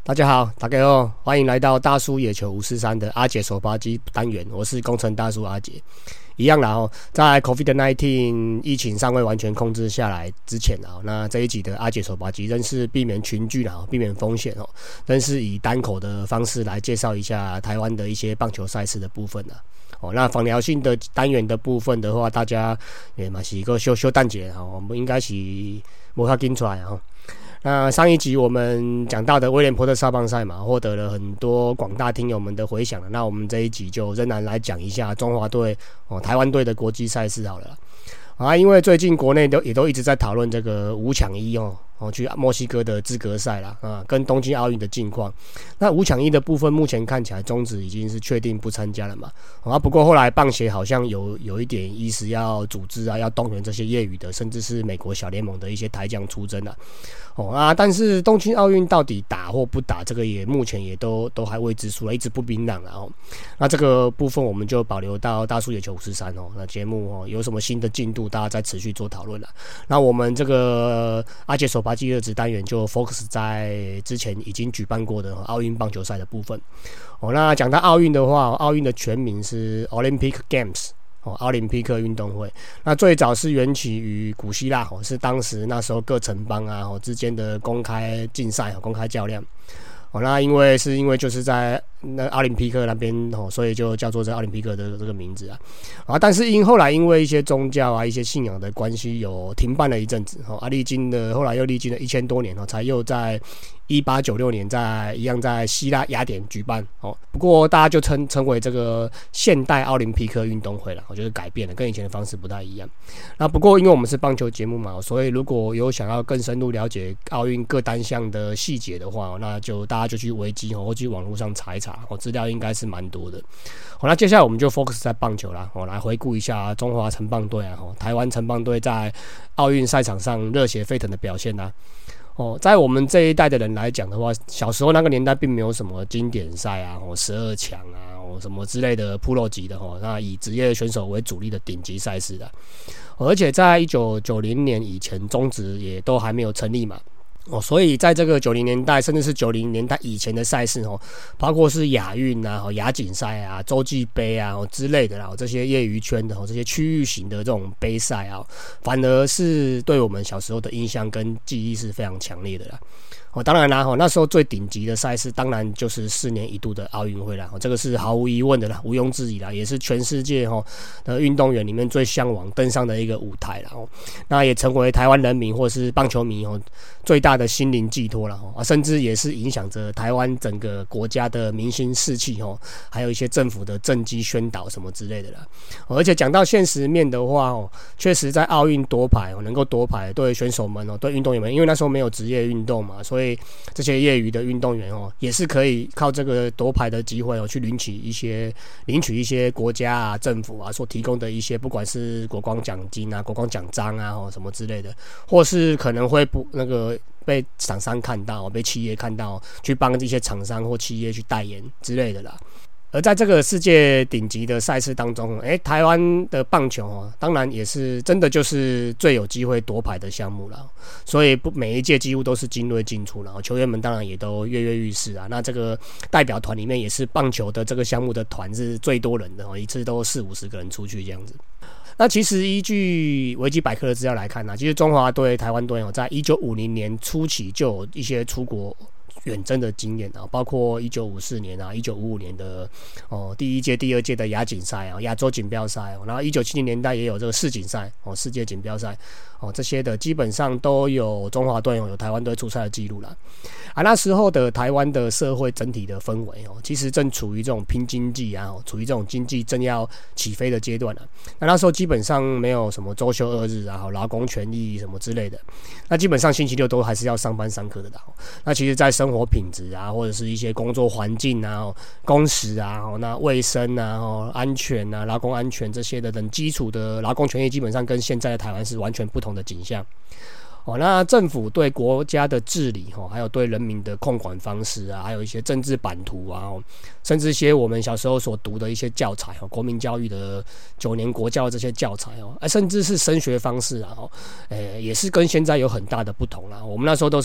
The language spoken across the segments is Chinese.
大家好，大家好，欢迎来到大叔野球543的阿杰手扒鸡单元，我是工程大叔阿杰。一样啦在 COVID-19 疫情尚未完全控制下来之前那这一集的阿杰手扒鸡仍是避免群聚避免风险仍是以单口的方式来介绍一下台湾的一些棒球赛事的部分那访聊性的单元的部分的话，大家也嘛是一个休淡节我们应该是没法跟出来那上一集我们讲到的威廉波特少棒赛嘛，获得了很多广大听友们的回响了。那我们这一集就仍然来讲一下中华队台湾队的国际赛事好了因为最近国内也都一直在讨论这个5抢1去墨西哥的资格赛啦跟东京奥运的近况。那5抢1的部分目前看起来中职已经是确定不参加了嘛不过后来棒协好像有一点意思要组织要动员这些业余的甚至是美国小联盟的一些台将出征但是东京奥运到底打或不打，这个也目前也都还未知数了，一直不明朗那这个部分我们就保留到大叔野球543那节目有什么新的进度，大家再持续做讨论了。那我们这个阿杰手扒鸡热子单元就 focus 在之前已经举办过的奥运棒球赛的部分那讲到奥运的话，奥运的全名是 Olympic Games奥林匹克运动会。那最早是缘起于古希腊是当时那时候各城邦之间的公开竞赛公开较量那因为就是在那奥林匹克那边所以就叫做这奥林匹克的这个名字但是后来因为一些宗教一些信仰的关系有停办了一阵子后来又历经了1000多年才又在1896年一样在希腊雅典举办不过大家就称为这个现代奥林匹克运动会了就是改变了，跟以前的方式不太一样。那不过因为我们是棒球节目嘛，所以如果有想要更深入了解奥运各单项的细节的话，那就大家就去维基或去网络上查一查资料应该是蛮多的那接下来我们就 focus 在棒球啦来回顾一下中华城棒队台湾城棒队在奥运赛场上热血沸腾的表现在我们这一代的人来讲的话，小时候那个年代并没有什么经典赛12强什么之类的 Pro 级的那以职业选手为主力的顶级赛事的而且在1990年以前中职也都还没有成立嘛所以在这个90年代甚至是90年代以前的赛事包括是亚运亚锦赛洲际杯之类的这些业余圈的这些区域型的这种杯赛反而是对我们小时候的印象跟记忆是非常强烈的啦当然啦那时候最顶级的赛事当然就是4年一度的奥运会啦这个是毫无疑问的啦，毋庸置疑啦，也是全世界的运动员里面最向往登上的一个舞台啦那也成为台湾人民或是棒球迷最大的心灵寄托啦甚至也是影响着台湾整个国家的民心士气还有一些政府的政绩宣导什么之类的啦而且讲到现实面的话确实在奥运夺牌能够夺牌对选手们对运动员们，因为那时候没有职业运动嘛，所以这些业余的运动员也是可以靠这个夺牌的机会去领取一些国家政府所提供的一些不管是国光奖金国光奖章什么之类的，或是可能会被厂商看到被企业看到去帮这些厂商或企业去代言之类的啦。而在这个世界顶级的赛事当中台湾的棒球当然也是真的就是最有机会夺牌的项目了，所以每一届几乎都是精锐进出，然后球员们当然也都跃跃欲试那这个代表团里面也是棒球的这个项目的团是最多人的一次都40-50个人出去这样子。那其实依据维基百科的资料来看其实中华队台湾队在1950年初期就有一些出国远征的经验包括1954年1955年的第1届第2届的亚锦赛亚洲锦标赛然后1970年代也有这个世锦赛世界锦标赛这些的基本上都有中华队有台湾队出赛的记录啦那时候的台湾的社会整体的氛围其实正处于这种拼经济处于这种经济正要起飞的阶段那时候基本上没有什么周休2日劳工权益什么之类的，那基本上星期六都还是要上班上课的那其实在生活品质或者是一些工作环境工时那卫生安全劳工安全这些的等基础的劳工权益基本上跟现在的台湾是完全不同的景象那政府对国家的治理还有对人民的控管方式还有一些政治版图甚至一些我们小时候所读的一些教材国民教育的9年国教这些教材甚至是升学方式也是跟现在有很大的不同啦。我们那时候都是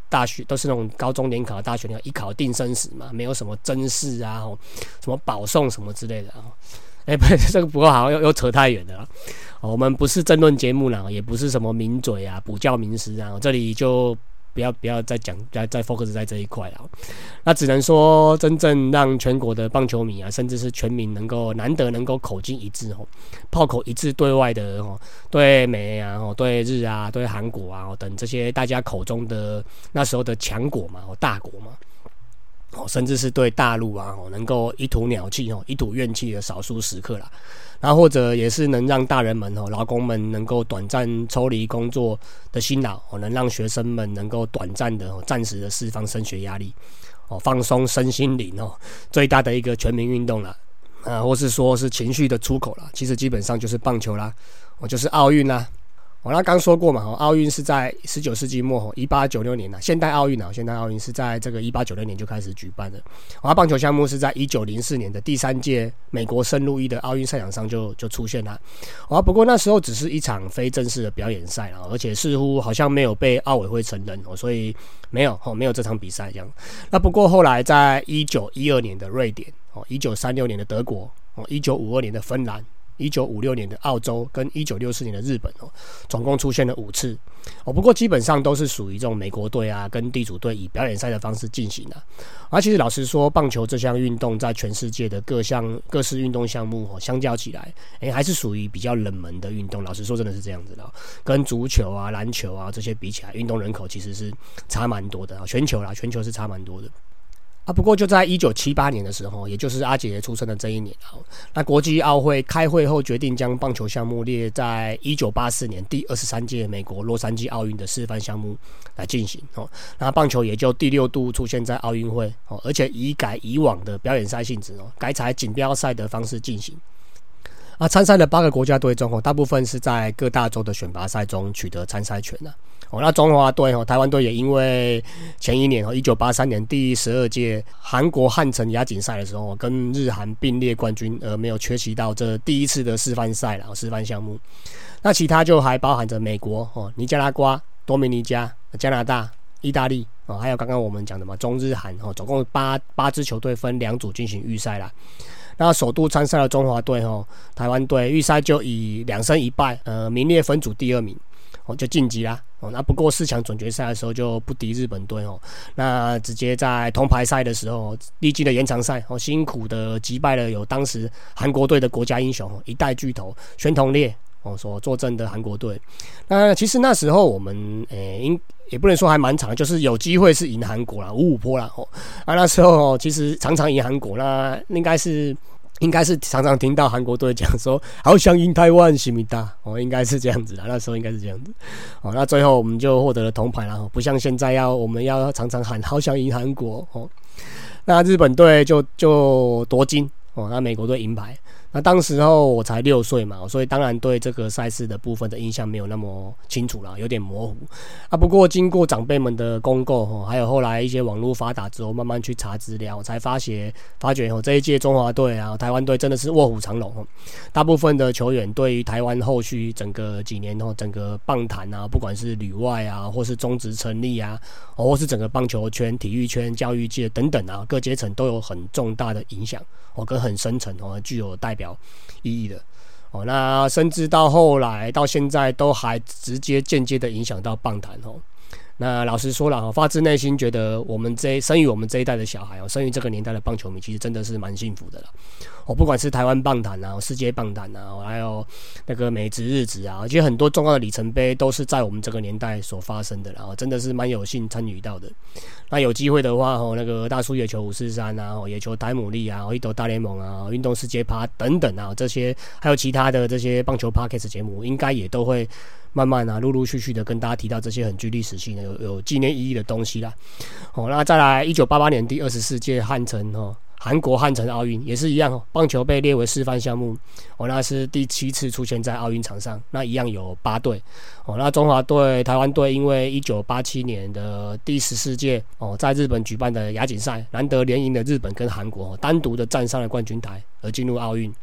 大学都是那种高中联考、大学联考一考定生死嘛，没有什么甄试啊，什么保送什么之类的啊。不，这个不过好像又扯太远了啦。我们不是政论节目啦，也不是什么名嘴啊、补教名师啊，这里就不要再讲，再 focus 在这一块了。那只能说，真正让全国的棒球迷啊，甚至是全民难得能够口径一致炮口一致对外的对美啊、对日啊、对韩国啊等这些大家口中的那时候的强国嘛、大国嘛。甚至是对大陆啊，能够一吐鸟气、一吐怨气的少数时刻啦。然后或者也是能让大人们、劳工们能够短暂抽离工作的辛劳，能让学生们能够短暂的、暂时的释放升学压力，放松身心灵最大的一个全民运动啦。或是说是情绪的出口啦。其实基本上就是棒球啦，就是奥运啦。那刚说过嘛，奥运是在19世纪末1896年现代奥运是在这个1896年就开始举办的。棒球项目是在1904年的第3届美国圣路易的奥运赛场上就出现了。不过那时候只是一场非正式的表演赛，而且似乎好像没有被奥委会承认，所以没有这场比赛这样。那不过后来在1912年的瑞典，1936年的德国，1952年的芬兰，1956年的澳洲跟1964年的日本总共出现了5次不过基本上都是属于这种美国队啊跟地主队以表演赛的方式进行的。其实老实说，棒球这项运动在全世界的各式运动项目相较起来，还是属于比较冷门的运动。老实说，真的是这样子的，跟足球啊、篮球啊这些比起来，运动人口其实是差蛮多的。全球是差蛮多的。不过就在1978年的时候，也就是阿杰出生的这一年，那国际奥会开会后决定将棒球项目列在1984年第23届美国洛杉矶奥运的示范项目来进行那棒球也就第6度出现在奥运会而且移改以往的表演赛性质改采锦标赛的方式进行。参赛的8个国家队中大部分是在各大洲的选拔赛中取得参赛权那中华队台湾队也因为前一年1983年第12届韩国汉城亚锦赛的时候跟日韩并列冠军而没有缺席到这第一次的示范赛示范项目。那其他就还包含着美国尼加拉瓜、多米尼加、加拿大、意大利还有刚刚我们讲的嘛中日韩总共8支球队分2组进行预赛啦。那首度参赛的中华队台湾队预赛就以2胜1败名列分组第2名就晋级啦。那不过4强准决赛的时候就不敌日本队那直接在铜牌赛的时候历经了延长赛辛苦的击败了有当时韩国队的国家英雄一代巨头玄同烈所坐镇的韩国队。那其实那时候我们也不能说还蛮长，就是有机会是赢韩国啦，5-5波啦那时候其实常常赢韩国，那应该是常常听到韩国队讲说好想赢台湾西米达应该是这样子啦，那时候应该是这样子那最后我们就获得了铜牌啦不像现在我们要常常喊好想赢韩国那日本队就夺金那美国队银牌。那当时候我才6岁嘛，所以当然对这个赛事的部分的印象没有那么清楚啦，有点模糊不过经过长辈们的公告还有后来一些网络发达之后，慢慢去查资料，才发觉这一届中华队台湾队真的是卧虎藏龙大部分的球员对于台湾后续整个几年整个棒坛不管是旅外或是中职成立或是整个棒球圈、体育圈、教育界等等各阶层都有很重大的影响跟很深层具有代表意义的那甚至到后来到现在都还直接间接的影响到棒坛那老实说了发自内心觉得生于我们这一代的小孩生于这个年代的棒球迷，其实真的是蛮幸福的啦不管是台湾棒坛世界棒坛还有那个美职、日职其实很多重要的里程碑都是在我们这个年代所发生的啦真的是蛮有幸参与到的。那有机会的话那个大叔野球543野球台牡蛎一斗大联盟运动世界趴等等这些还有其他的这些棒球 Podcast 节目，应该也都会慢慢陆陆续续的跟大家提到这些很具历史性的有纪念意义的东西啦那再来1988年第24届韩国汉城奥运也是一样棒球被列为示范项目那是第7次出现在奥运场上，那一样有8队那中华队、台湾队因为1987年的第14届在日本举办的亚锦赛难得连赢了日本跟韩国单独的站上了冠军台而进入奥运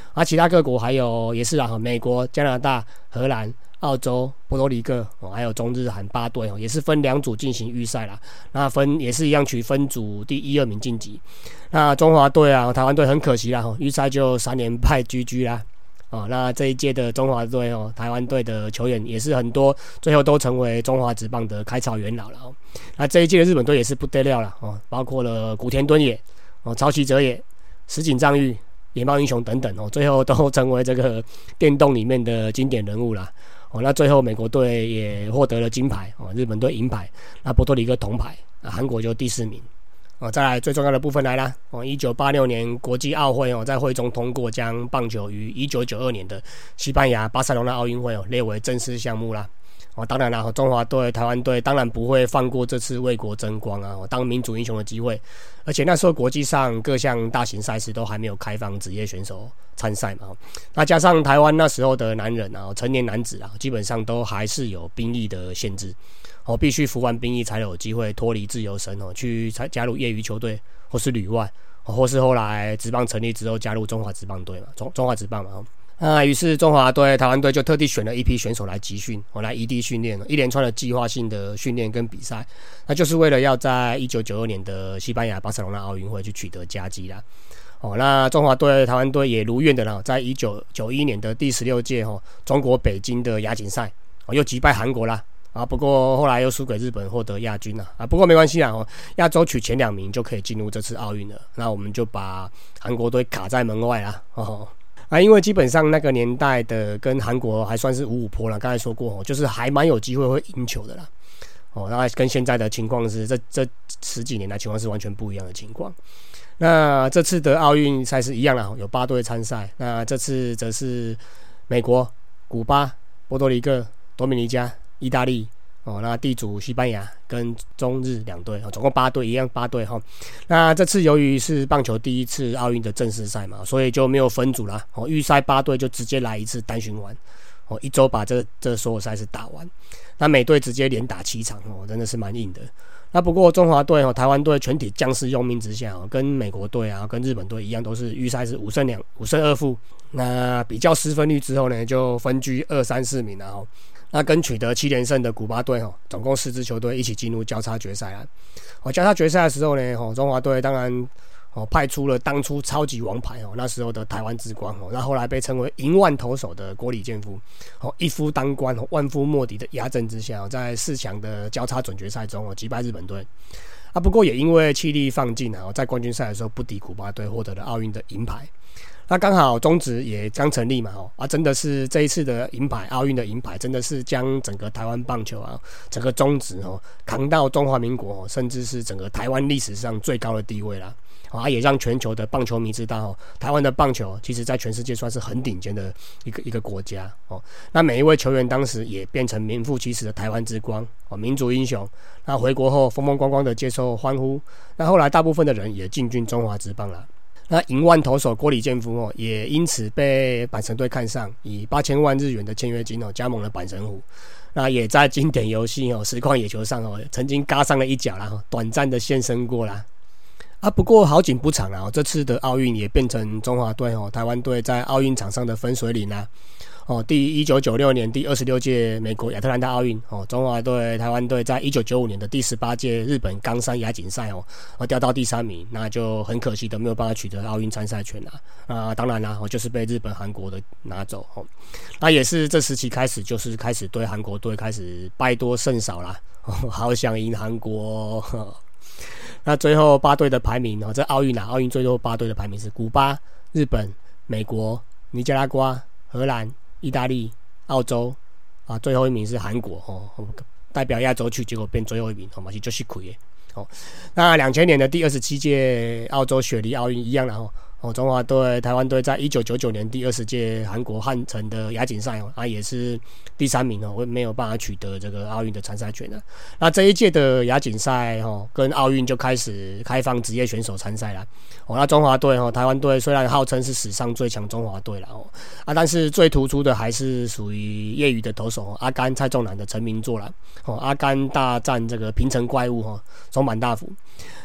其他各国还有也是美国、加拿大、荷兰、澳洲、波多黎各还有中日韩8队也是分2组进行预赛啦。那也是一样取分组第1、2名晋级。那中华队台湾队很可惜啦，预赛就3连败 GG 啦。那这一届的中华队台湾队的球员也是很多，最后都成为中华职棒的开草元老了。那这一届的日本队也是不得了了包括了古田敦也、曹崎哲也、石井丈裕、野茂英雄等等最后都成为这个电动里面的经典人物啦。那最后美国队也获得了金牌日本队银牌，那波多黎各铜牌，韩国就第4名。再来最重要的部分来啦！1986年国际奥会在会中通过将棒球于1992年的西班牙巴塞隆纳奥运会列为正式项目啦。当然啦，中华队、台湾队当然不会放过这次为国争光当民主英雄的机会。而且那时候国际上各项大型赛事都还没有开放职业选手参赛嘛。那加上台湾那时候的男人成年男子基本上都还是有兵役的限制。必须服完兵役才有机会脱离自由身去加入业余球队或是旅外，或是后来职棒成立之后加入中华职棒队嘛，中华职棒嘛。于是中华队、台湾队就特地选了一批选手来集训，来异地训练，一连串的计划性的训练跟比赛，那就是为了要在1992年的西班牙巴塞隆纳奥运会去取得佳绩啦。那中华队、台湾队也如愿的在1991年的第16届中国北京的亚锦赛又击败韩国啦。不过后来又输给日本，获得亚军不过没关系啦亚洲取前2名就可以进入这次奥运了。那我们就把韩国队卡在门外啦因为基本上那个年代的跟韩国还算是五五波啦，刚才说过就是还蛮有机会会赢球的啦那跟现在的情况是这10几年来情况是完全不一样的情况。那这次的奥运赛事一样啦，有8队参赛。那这次则是美国、古巴、波多黎各、多米尼加、意大利那地主西班牙跟中日2队总共8队，一样8队那这次由于是棒球第一次奥运的正式赛嘛，所以就没有分组啦预赛8队就直接来一次单循环1周把这所有赛事打完。那每队直接连打7场真的是蛮硬的。那不过中华队台湾队全体将士用命之下跟美国队跟日本队一样，都是预赛是5胜2负。那比较失分率之后呢，就分居2、3、4名啦那跟取得7连胜的古巴队总共4支球队一起进入交叉决赛交叉决赛的时候呢中华队当然派出了当初超级王牌那时候的台湾之光那后来被称为银腕投手的郭李建夫一夫当关万夫莫敌的压阵之下在4强的交叉准决赛中击败日本队不过也因为气力放尽在冠军赛的时候不敌古巴队，获得了奥运的银牌。那刚好中职也刚成立嘛真的是这一次的银牌，奥运的银牌真的是将整个台湾棒球整个中职扛到中华民国甚至是整个台湾历史上最高的地位啦也让全球的棒球迷知道台湾的棒球其实在全世界算是很顶尖的一个国家那每一位球员当时也变成名副其实的台湾之光民族英雄。那回国后风风光光的接受欢呼，那后来大部分的人也进军中华职棒啦。那银腕投手郭李建夫也因此被阪神队看上，以8000万日元的签约金加盟了阪神虎。那也在经典游戏实况野球上曾经嘎上了一脚啦短暂的现身过啦不过好景不长啦这次的奥运也变成中华队台湾队在奥运场上的分水岭啦第1996年第26届美国亚特兰大奥运中华队、台湾队在1995年的第18届日本冈山亚锦赛掉到第3名，那就很可惜的没有办法取得奥运参赛权啦当然啦就是被日本、韩国的拿走那也是这时期开始，就是开始对韩国队开始败多胜少啦好想赢韩国那最后8队的排名这奥运最后8队的排名是古巴、日本、美国、尼加拉瓜、荷兰、意大利、澳洲最后1名是韩国代表亚洲区，结果变最后1名嘛，是就是亏的那2000年的第27届澳洲雪梨奥运一样啦中华队、台湾队在1999年第20届韩国汉城的亚锦赛也是第3名没有办法取得这个奥运的参赛权那这一届的亚锦赛跟奥运就开始开放职业选手参赛啦那中华队台湾队虽然号称是史上最强中华队啦但是最突出的还是属于业余的投手阿甘、蔡仲南的成名作啦阿甘大战这个平成怪物松坂大辅。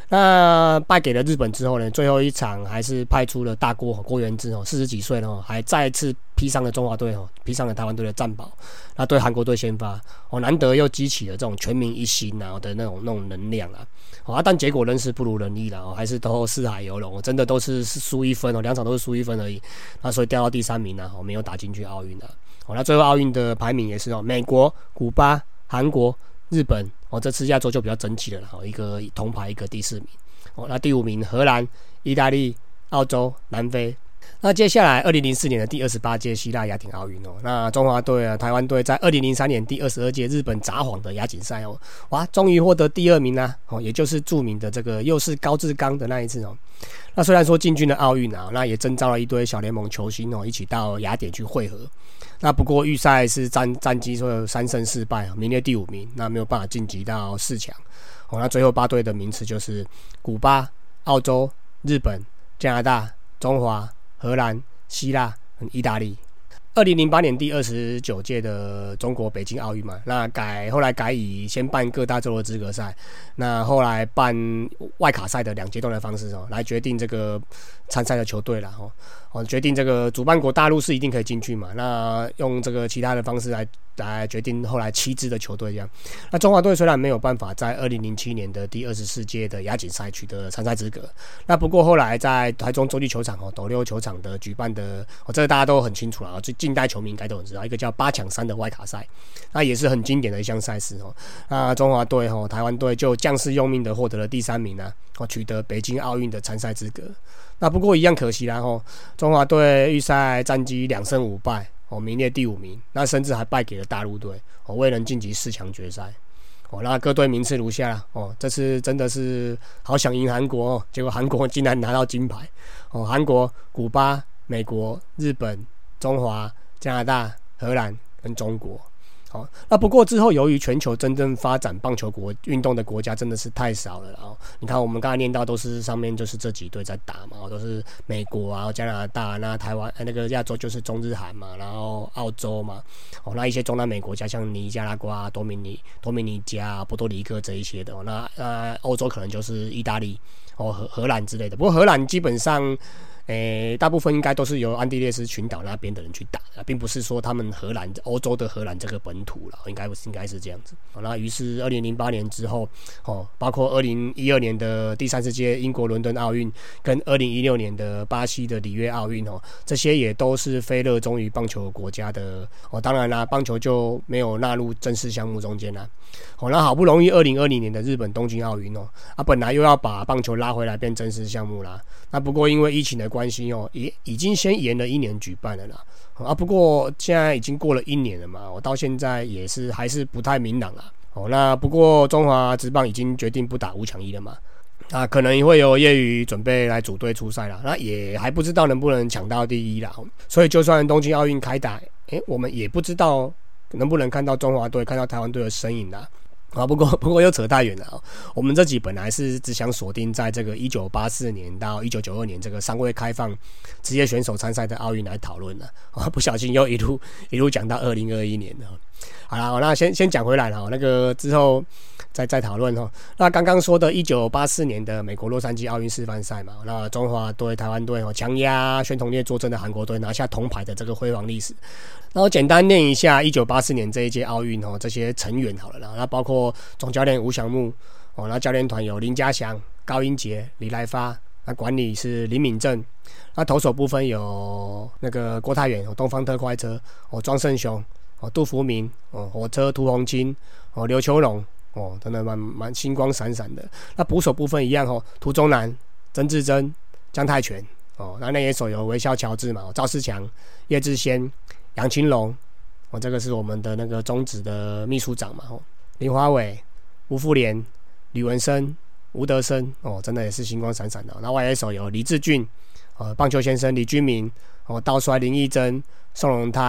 那败给了日本之后呢，最后一场还是派出了大郭源治40几岁了还再次披上了中华队披上了台湾队的战袍，那对韩国队先发难得又激起了这种全民一心的那种能量但结果人事不如人意啦还是都四海游龙真的都是输1分2场都是输1分而已，那所以掉到第3名没有打进去奥运那最后奥运的排名也是美国、古巴、韩国、日本这次亚洲就比较整齐了一个铜牌，一个第4名那第5名荷兰、意大利、澳洲、南非。那接下来2004年的第28届希腊亚锦奥运那中华队台湾队在2003年第22届日本札幌的亚锦赛哇，终于获得第2名啦也就是著名的这个又是高志刚的那一次那虽然说进军了奥运那也征召了一堆小联盟球星一起到雅典去会合。那不过预赛是战绩说有3胜4败，名列第5名，那没有办法晋级到4强那最后8队的名次就是古巴、澳洲、日本、加拿大、中华、荷兰、希腊和意大利。2008年第29届的中国北京奥运嘛，那后来改以先办各大洲的资格赛，那后来办外卡赛的2阶段的方式来决定这个参赛的球队啦决定这个主办国大陆是一定可以进去嘛，那用这个其他的方式来决定后来7支的球队这样。那中华队虽然没有办法在2007年的第24届的亚锦赛取得参赛资格，那不过后来在台中洲际球场斗六球场的举办的这个大家都很清楚啦，近代球迷应该都很知道，一个叫8抢3的外卡赛，那也是很经典的一项赛事那中华队台湾队就将士用命的获得了第3名取得北京奥运的参赛资格。那不过一样可惜啦中华队预赛战绩2胜5败名列第5名，那甚至还败给了大陆队未能晋级4强决赛那各队名次如下这次真的是好想赢韩国结果韩国竟然拿到金牌韩国、古巴、美国、日本、中华、加拿大、荷兰跟中国那不过之后由于全球真正发展棒球运动的国家真的是太少了你看我们刚才念到都是上面就是这几队在打嘛都是美国加拿大，那台湾那个亚洲就是中日韩嘛，然后澳洲嘛那一些中南美国家像尼加拉瓜、多米尼加、波多黎各这一些的那欧洲可能就是意大利荷兰之类的，不过荷兰基本上大部分应该都是由安地列斯群岛那边的人去打并不是说他们欧洲的荷兰这个本土应该是这样子那于是2008年之后包括2012年的第30届英国伦敦奥运跟2016年的巴西的里约奥运这些也都是非热衷于棒球国家的当然啦棒球就没有纳入正式项目中间啦那好不容易2020年的日本东京奥运本来又要把棒球拉回来变正式项目啦，那不过因为疫情的关系也已经先延了1年举办了啦不过现在已经过了1年了嘛到现在也是还是不太明朗啦那不过中华职棒已经决定不打5抢1了嘛可能会有业余准备来组队出赛啦，那也还不知道能不能抢到第1啦，所以就算东京奥运开打我们也不知道能不能看到中华队看到台湾队的身影啦不过又扯太远了我们这集本来是只想锁定在这个1984年到1992年这个尚未开放职业选手参赛的奥运来讨论了不小心又一路讲到2021年了好啦那先讲回来了那个之后再讨论那刚刚说的1984年的美国洛杉矶奥运示范赛嘛，那中华队、台湾队强压宣统烈坐镇的韩国队拿下铜牌的这个辉煌历史。然后简单念一下1984年这一届奥运这些成员好了啦，那包括总教练吴祥木那教练团有林嘉祥、高英杰、李来发，那管理是林敏正，那投手部分有那个郭泰远、东方特快车、庄胜雄、杜福明、火车涂洪清、刘秋龙真的蛮星光闪闪的。那捕手部分一样涂宗南、曾志珍、姜泰权那内野手有微笑乔治嘛，赵世强、叶志先、杨清龙这个是我们的那个中职的秘书长嘛林华伟、吴富连、吕文生、吴德生真的也是星光闪闪的。那外野手有李志俊、棒球先生李君明、道帅林义珍、宋荣泰、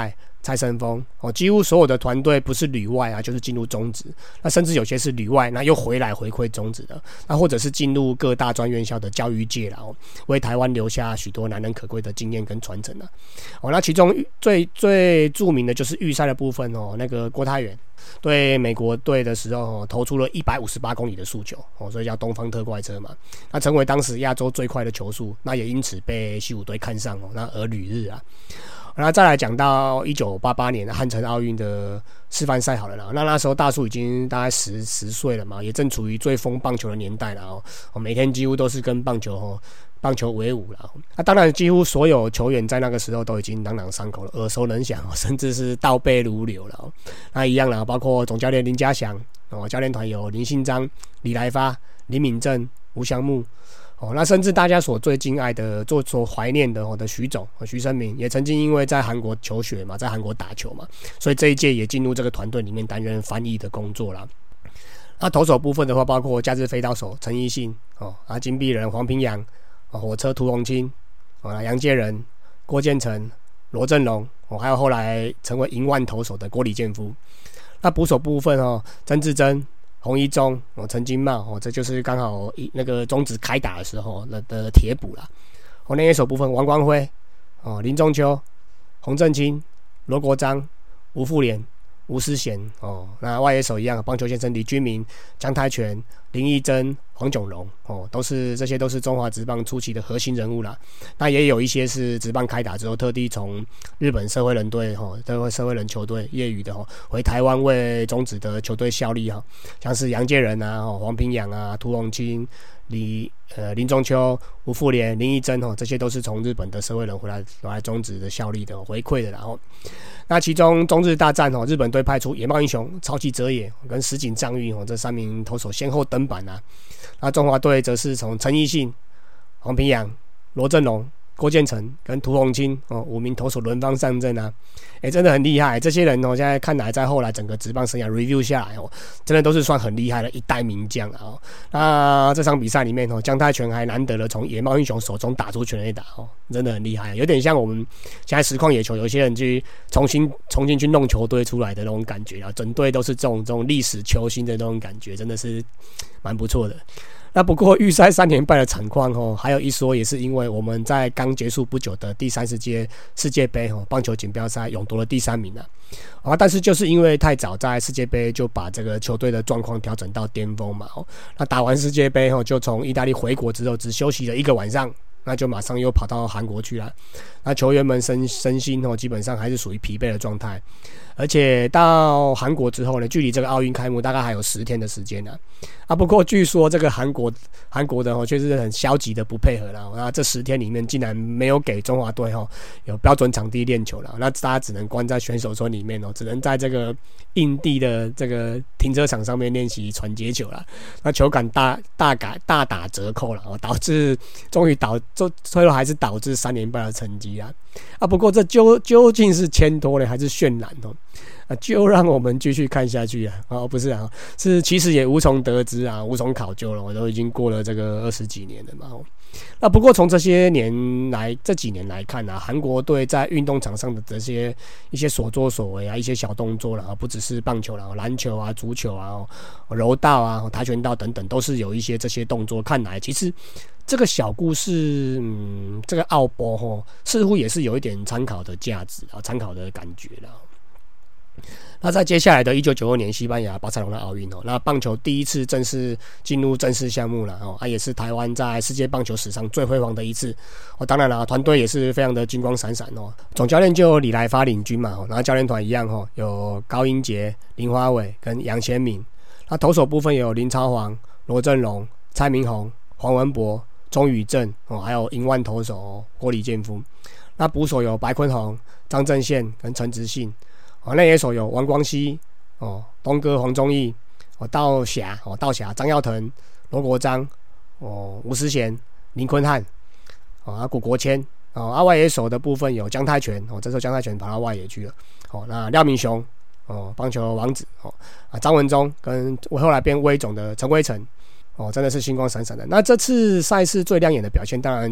蔡生峰几乎所有的团队不是旅外啊，就是进入中职，那甚至有些是旅外，那又回来回馈中职的，那或者是进入各大专院校的教育界啦，为台湾留下许多难能可贵的经验跟传承啊。那其中最著名的就是预赛的部分那个郭泰源对美国队的时候投出了158公里的速球所以叫东方特快车嘛，那成为当时亚洲最快的球速，那也因此被西武队看上那而旅日啊。那再来讲到1988年汉城奥运的示范赛好了啦，那时候大叔已经大概10岁了嘛，也正处于最疯棒球的年代啦每天几乎都是跟棒球为伍啦。那当然几乎所有球员在那个时候都已经朗朗上口了，耳熟能详甚至是倒背如流了那一样啦，包括总教练林家祥教练团有林信章、李来发、林敏正、吴祥木那甚至大家所最敬爱的、所怀念的徐总、徐生明，也曾经因为在韩国求学嘛，在韩国打球嘛，所以这一届也进入这个团队里面担任翻译的工作啦。那投手部分的话，包括假日飞刀手陈奕迅金臂人黄平洋、火车涂洪清、杨介仁、郭建成、罗振龙还有后来成为银腕投手的郭李建夫。那捕手部分曾志珍、洪一中、陈金茂这就是刚好那个中职开打的时候的铁捕啦。内野手部分王光辉、林中秋、洪正清、罗国璋、吴富连、吴思贤那外野手一样，棒球先生李君明、江泰拳、林义珍、黄炯荣这些都是中华职棒初期的核心人物啦。那也有一些是职棒开打之后特地从日本社会人队社会人球队业余的回台湾为中职的球队效力像是杨介仁啊、黄平洋啊、涂洪清、林中秋、吴富连、林义珍这些都是从日本的社会人回来中职的效力的回馈的。然后那其中中日大战日本队派出野茂英雄、超级哲也跟石井仗玉这3名投手先后登板啊。那中华队则是从陈奕迅、黄平洋、罗振龙、郭建成跟涂洪清5名投手轮番上阵啊，真的很厉害。这些人现在看来，在后来整个职棒生涯 review 下来真的都是算很厉害的一代名将啊。那这场比赛里面江泰拳还难得的从野茂英雄手中打出全垒打真的很厉害，有点像我们现在实况野球有些人去重新去弄球队出来的那种感觉啊，整队都是这种历史球星的那种感觉，真的是蛮不错的。那不过预赛3连败的惨况还有一说，也是因为我们在刚结束不久的第30届世界杯棒球锦标赛勇夺了第3名但是就是因为太早在世界杯就把这个球队的状况调整到巅峰嘛那打完世界杯就从意大利回国之后只休息了1个晚上，那就马上又跑到韩国去了。那球员们身心基本上还是属于疲惫的状态，而且到韩国之后呢，距离这个奥运开幕大概还有10天的时间不过据说这个韩国的确实很消极的不配合啦。那这10天里面竟然没有给中华队有标准场地练球啦，那大家只能关在选手村里面只能在这个硬地的这个停车场上面练习传接球啦。那球感大打折扣啦，导致终于最后还是导致3连败的成绩不过这究竟是牵拖呢还是渲染就让我们继续看下去不是是其实也无从得知无从考究了，我都已经过了这个20几年了嘛那不过从这几年来看韩国队在运动场上的这些一些所作所为一些小动作不只是棒球篮球足球柔道跆拳道等等，都是有一些这些动作，看来其实这个小故事这个奥波似乎也是有一点参考的价值参考的感觉啦。那在接下来的1992年西班牙巴塞隆纳奥运那棒球第一次正式进入正式项目了也是台湾在世界棒球史上最辉煌的一次当然了，团队也是非常的金光闪闪总教练就有李来发领军嘛然后教练团一样有高英杰、林华伟跟杨先敏。那投手部分有林超煌、罗振龙、蔡明宏、黄文博、钟宇正还有银腕投手郭李建夫。那捕手有白坤宏、张正宪跟陈直信。内野手有王光熙、东哥黄宗义、道侠张耀腾、罗国璋、吴思贤、林坤汉、古国谦。外野手的部分有江泰拳这时候江泰拳跑到外野去了。那廖明雄棒球王子张文忠跟后来变威总的陈威成真的是星光闪闪的。那这次赛事最亮眼的表现，当然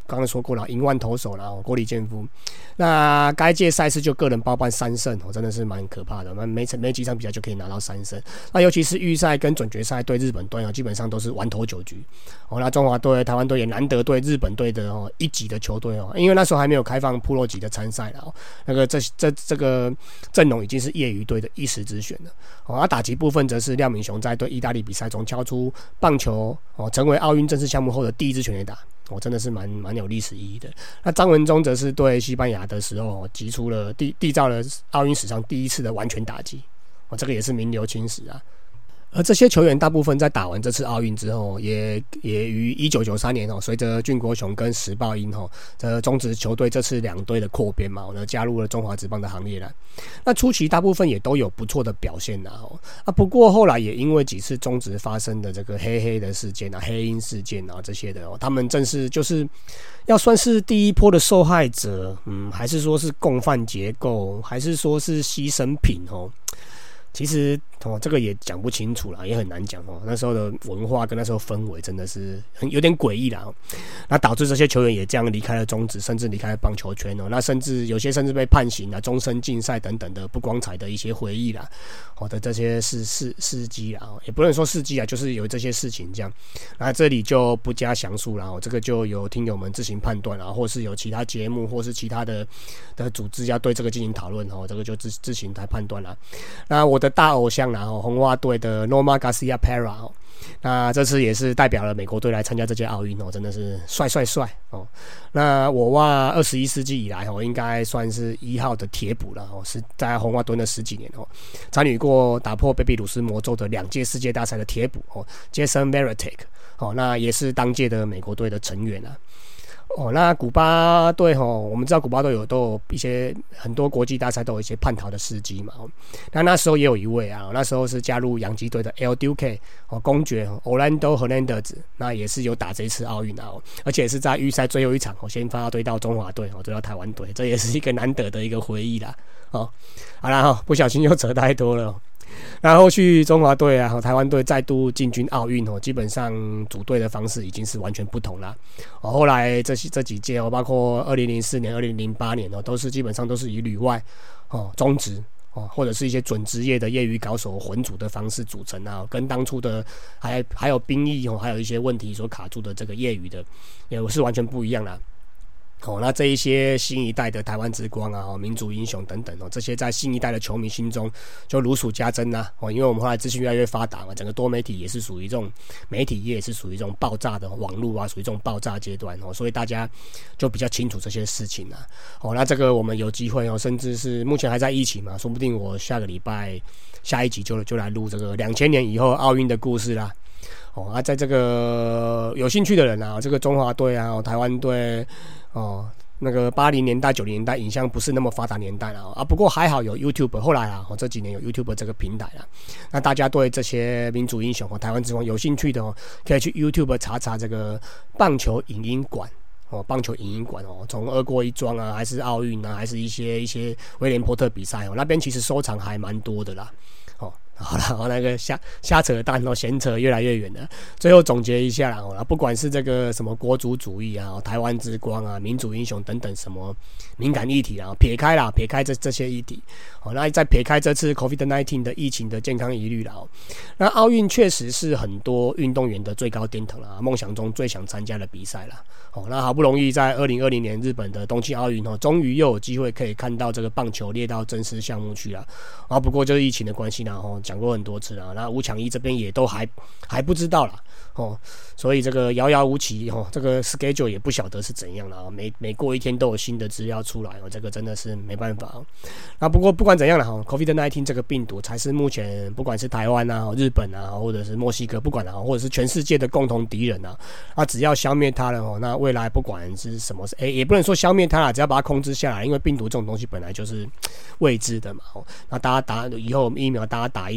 刚刚说过了，银腕投手啦，郭李建夫。那该届赛事就个人包办3胜，真的是蛮可怕的。每几场比赛就可以拿到3胜。那尤其是预赛跟准决赛对日本队基本上都是完投9局。那中华队、台湾队也难得对日本队的一级的球队因为那时候还没有开放Pro级的参赛了那个这个阵容已经是业余队的一时之选了。那打击部分则是廖敏雄在对意大利比赛中敲出棒球成为奥运正式项目后的第1支全垒打。真的是蛮有历史意义的。那张文忠则是对西班牙的时候击出了缔造了奥运史上第1次的完全打击。这个也是名留青史啊。而这些球员大部分在打完这次奥运之后，也于1993年随着俊国雄跟石豹英这中职球队这次2队的扩编嘛，加入了中华职棒的行列了。那初期大部分也都有不错的表现不过后来也因为几次中职发生的这个黑的事件黑鹰事件这些的他们正是就是要算是第一波的受害者，还是说是共犯结构，还是说是牺牲品其实这个也讲不清楚啦，也很难讲那时候的文化跟那时候氛围真的是有点诡异啦那导致这些球员也这样离开了中职，甚至离开了棒球圈那有些甚至被判刑终身禁赛等等的不光彩的一些回忆啦的这些事迹啦也不能说事迹就是有这些事情这样。那这里就不加详述啦这个就由听友们自行判断啦，或是有其他节目或是其他的组织要对这个进行讨论这个就自行来判断啦。那我的大偶像红袜队的 Nomar Garciaparra那这次也是代表了美国队来参加这届奥运真的是帅那我袜21世纪以来应该算是1号的铁捕了是在红袜蹲了10几年参与过打破贝比鲁斯魔咒的2届世界大赛的铁捕Jason Varitek那也是当届的美国队的成员那古巴队我们知道古巴队都有一些很多国际大赛都有一些叛逃的事迹嘛那时候也有一位那时候是加入洋基队的 El Duque 公爵 Orlando Hernandez 那也是有打这一次奥运而且是在预赛最后一场先发对到中华队对到台湾队，这也是一个难得的一个回忆啦好啦不小心又扯太多了那后续中华队台湾队再度进军奥运基本上组队的方式已经是完全不同了后来这几届包括2004年2008年都是基本上都是以旅外中职或者是一些准职业的业余高手混组的方式组成跟当初的还有兵役还有一些问题所卡住的这个业余的也是完全不一样啦那这一些新一代的台湾之光民族英雄等等这些在新一代的球迷心中就如数家珍啦因为我们后来资讯越来越发达嘛，整个多媒体也是属于这种媒体业，也是属于这种爆炸的网络属于这种爆炸阶段所以大家就比较清楚这些事情那这个我们有机会甚至是目前还在疫情嘛，说不定我下个礼拜下一集就来录这个2000年以后奥运的故事啦在这个有兴趣的人这个中华队台湾队那个80年代90年代影像不是那么发达年代了不过还好有 YouTube， 后来这几年有 YouTube 这个平台啦，那大家对这些民族英雄台湾之光有兴趣的可以去 YouTube 查这个棒球影音馆棒球影音馆从俄国一庄还是奥运还是一些威廉波特比赛那边其实收藏还蛮多的啦好了，那个瞎扯淡闲扯越来越远了。最后总结一下啦，不管是这个什么国族主义台湾之光民族英雄等等什么敏感议题撇开这些议题那再撇开这次 COVID-19 的疫情的健康疑虑那奥运确实是很多运动员的最高殿堂梦想中最想参加的比赛啦那好不容易在2020年日本的东京奥运终于又有机会可以看到这个棒球列到正式项目去了不过就是疫情的关系讲过很多次啦，那吴强一这边也都还不知道啦所以这个遥遥无期这个 schedule 也不晓得是怎样啦每过一天都有新的资料出来这个真的是没办法那不过不管怎样啦COVID-19 这个病毒才是目前不管是台湾日本或者是墨西哥不管或者是全世界的共同敌人只要消灭它了那未来不管是什么也不能说消灭它啦，只要把它控制下来，因为病毒这种东西本来就是未知的嘛那大家打以后疫苗大家打一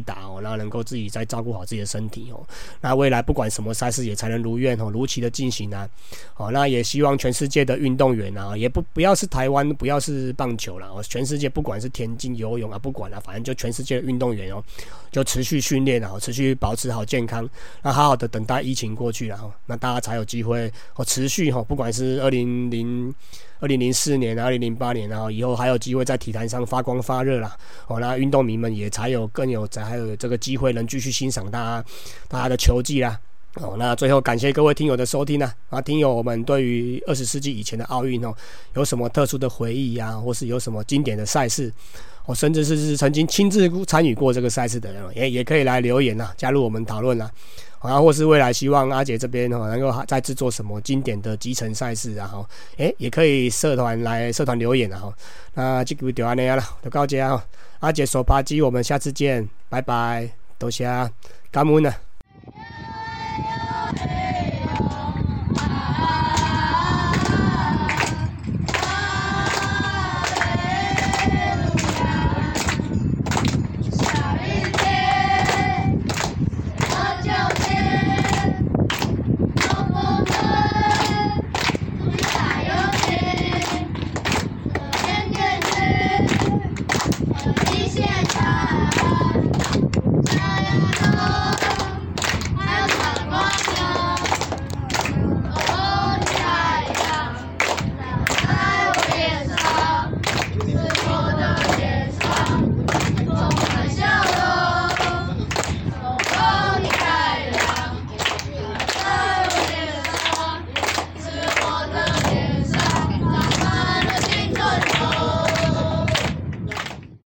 打哦，那能够自己再照顾好自己的身体哦。那未来不管什么赛事也才能如愿哦，如期的进行啊。哦，那也希望全世界的运动员啊，也不要是台湾，不要是棒球啦，哦，全世界不管是田径、游泳啊，不管啦，反正就全世界的运动员哦，就持续训练啊，持续保持好健康，那好好的等待疫情过去啦，那大家才有机会哦持续哦，不管是2004年啊，2008年啊，以后还有机会在体坛上发光发热啦。哦，那运动迷们也才有这个机会能继续欣赏大家的球技啦。哦，那最后感谢各位听友的收听啊，听友我们对于20世纪以前的奥运哦，有什么特殊的回忆啊，或是有什么经典的赛事，哦，甚至是曾经亲自参与过这个赛事的人，也可以来留言加入我们讨论啦。啊，或是未来希望阿杰这边能够再制作什么经典的集成赛事啊，也可以社团留言啊。那这个就安尼啦，就到这啊。阿杰手扒鸡，我们下次见，拜拜，多谢，感恩啊。